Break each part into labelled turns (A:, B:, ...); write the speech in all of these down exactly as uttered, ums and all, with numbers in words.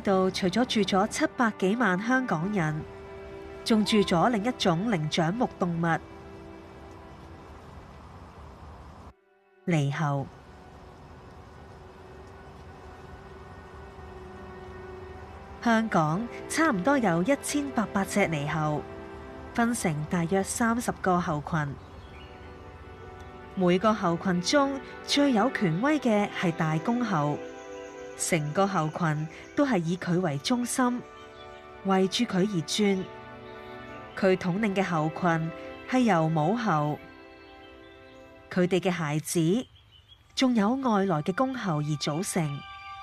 A: 度除咗住咗七百幾萬香港人，仲住咗另一種靈長目動物——獼猴。香港差唔多有一千八百隻獼猴，分成大約三十個猴群。每個猴群中最有權威嘅係大公猴，成個猴群都係以佢為中心，圍住佢而轉。佢統領嘅猴群係由母猴、佢哋嘅孩子，仲有外來嘅公猴而組成。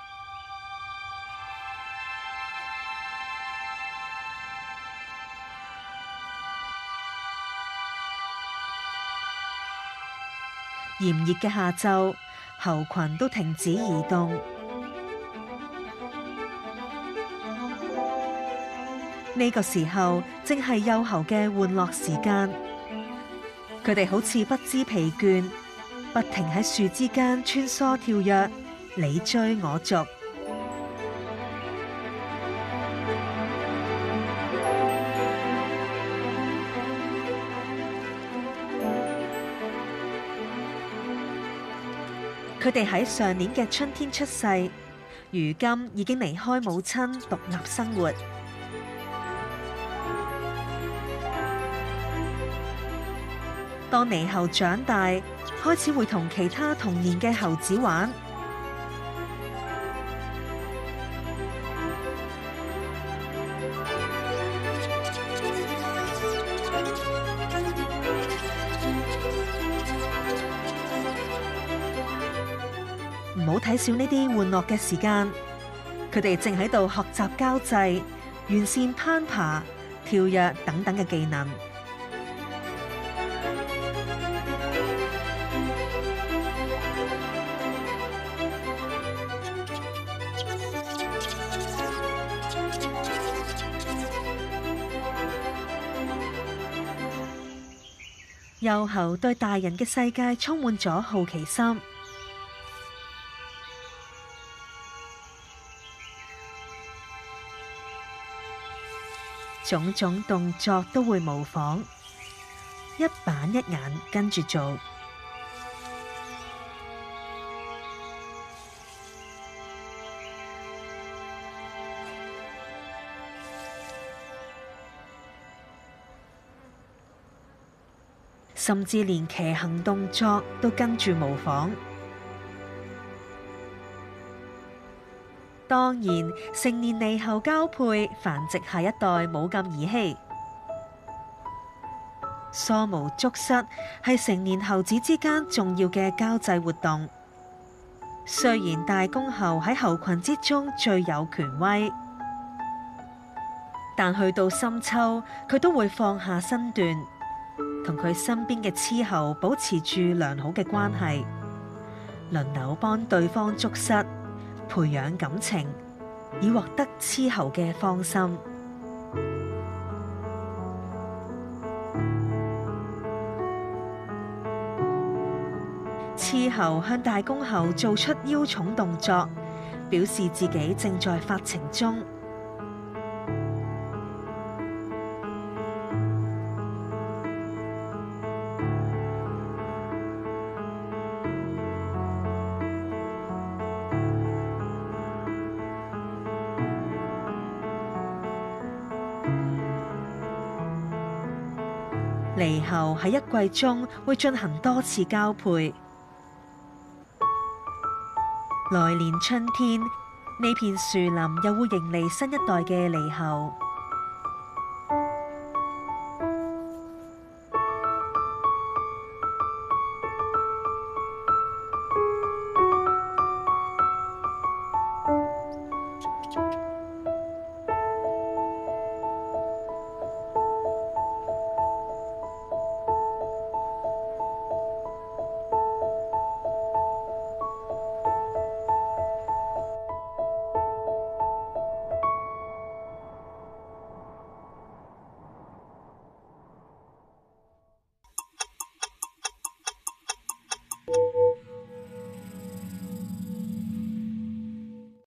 A: 炎熱嘅下晝，猴群都停止移動。呢個時候正係幼猴嘅玩樂時間，佢哋好似不知疲倦，不停喺樹之間穿梭跳躍，你追我逐。佢哋喺上年嘅春天出世，如今已經離開母親獨立生活。當獼猴長大，開始會同其他同年嘅猴子玩。唔好睇少呢啲玩樂嘅時間，佢哋正喺度學習交際、完善攀爬、跳躍等等嘅技能。幼猴對大人嘅世界充滿咗好奇心。種種動作都會模仿，一板一眼跟住做。甚至連騎行動作都跟住模仿。當然，成年獼猴交配繁殖下一代冇咁兒戲。梳毛捉虱係成年猴子之間重要嘅交際活動。雖然大公猴喺猴群之中最有權威，但去到深秋，佢都會放下身段，同佢身邊嘅雌猴保持住良好嘅關係，輪流幫對方捉虱，培養感情，以獲得雌猴嘅芳心。雌猴向大公猴做出邀寵動作，表示自己正在發情中。獼猴喺一季中會進行多次交配。來年春天，呢片樹林又會迎嚟新一代嘅獼猴。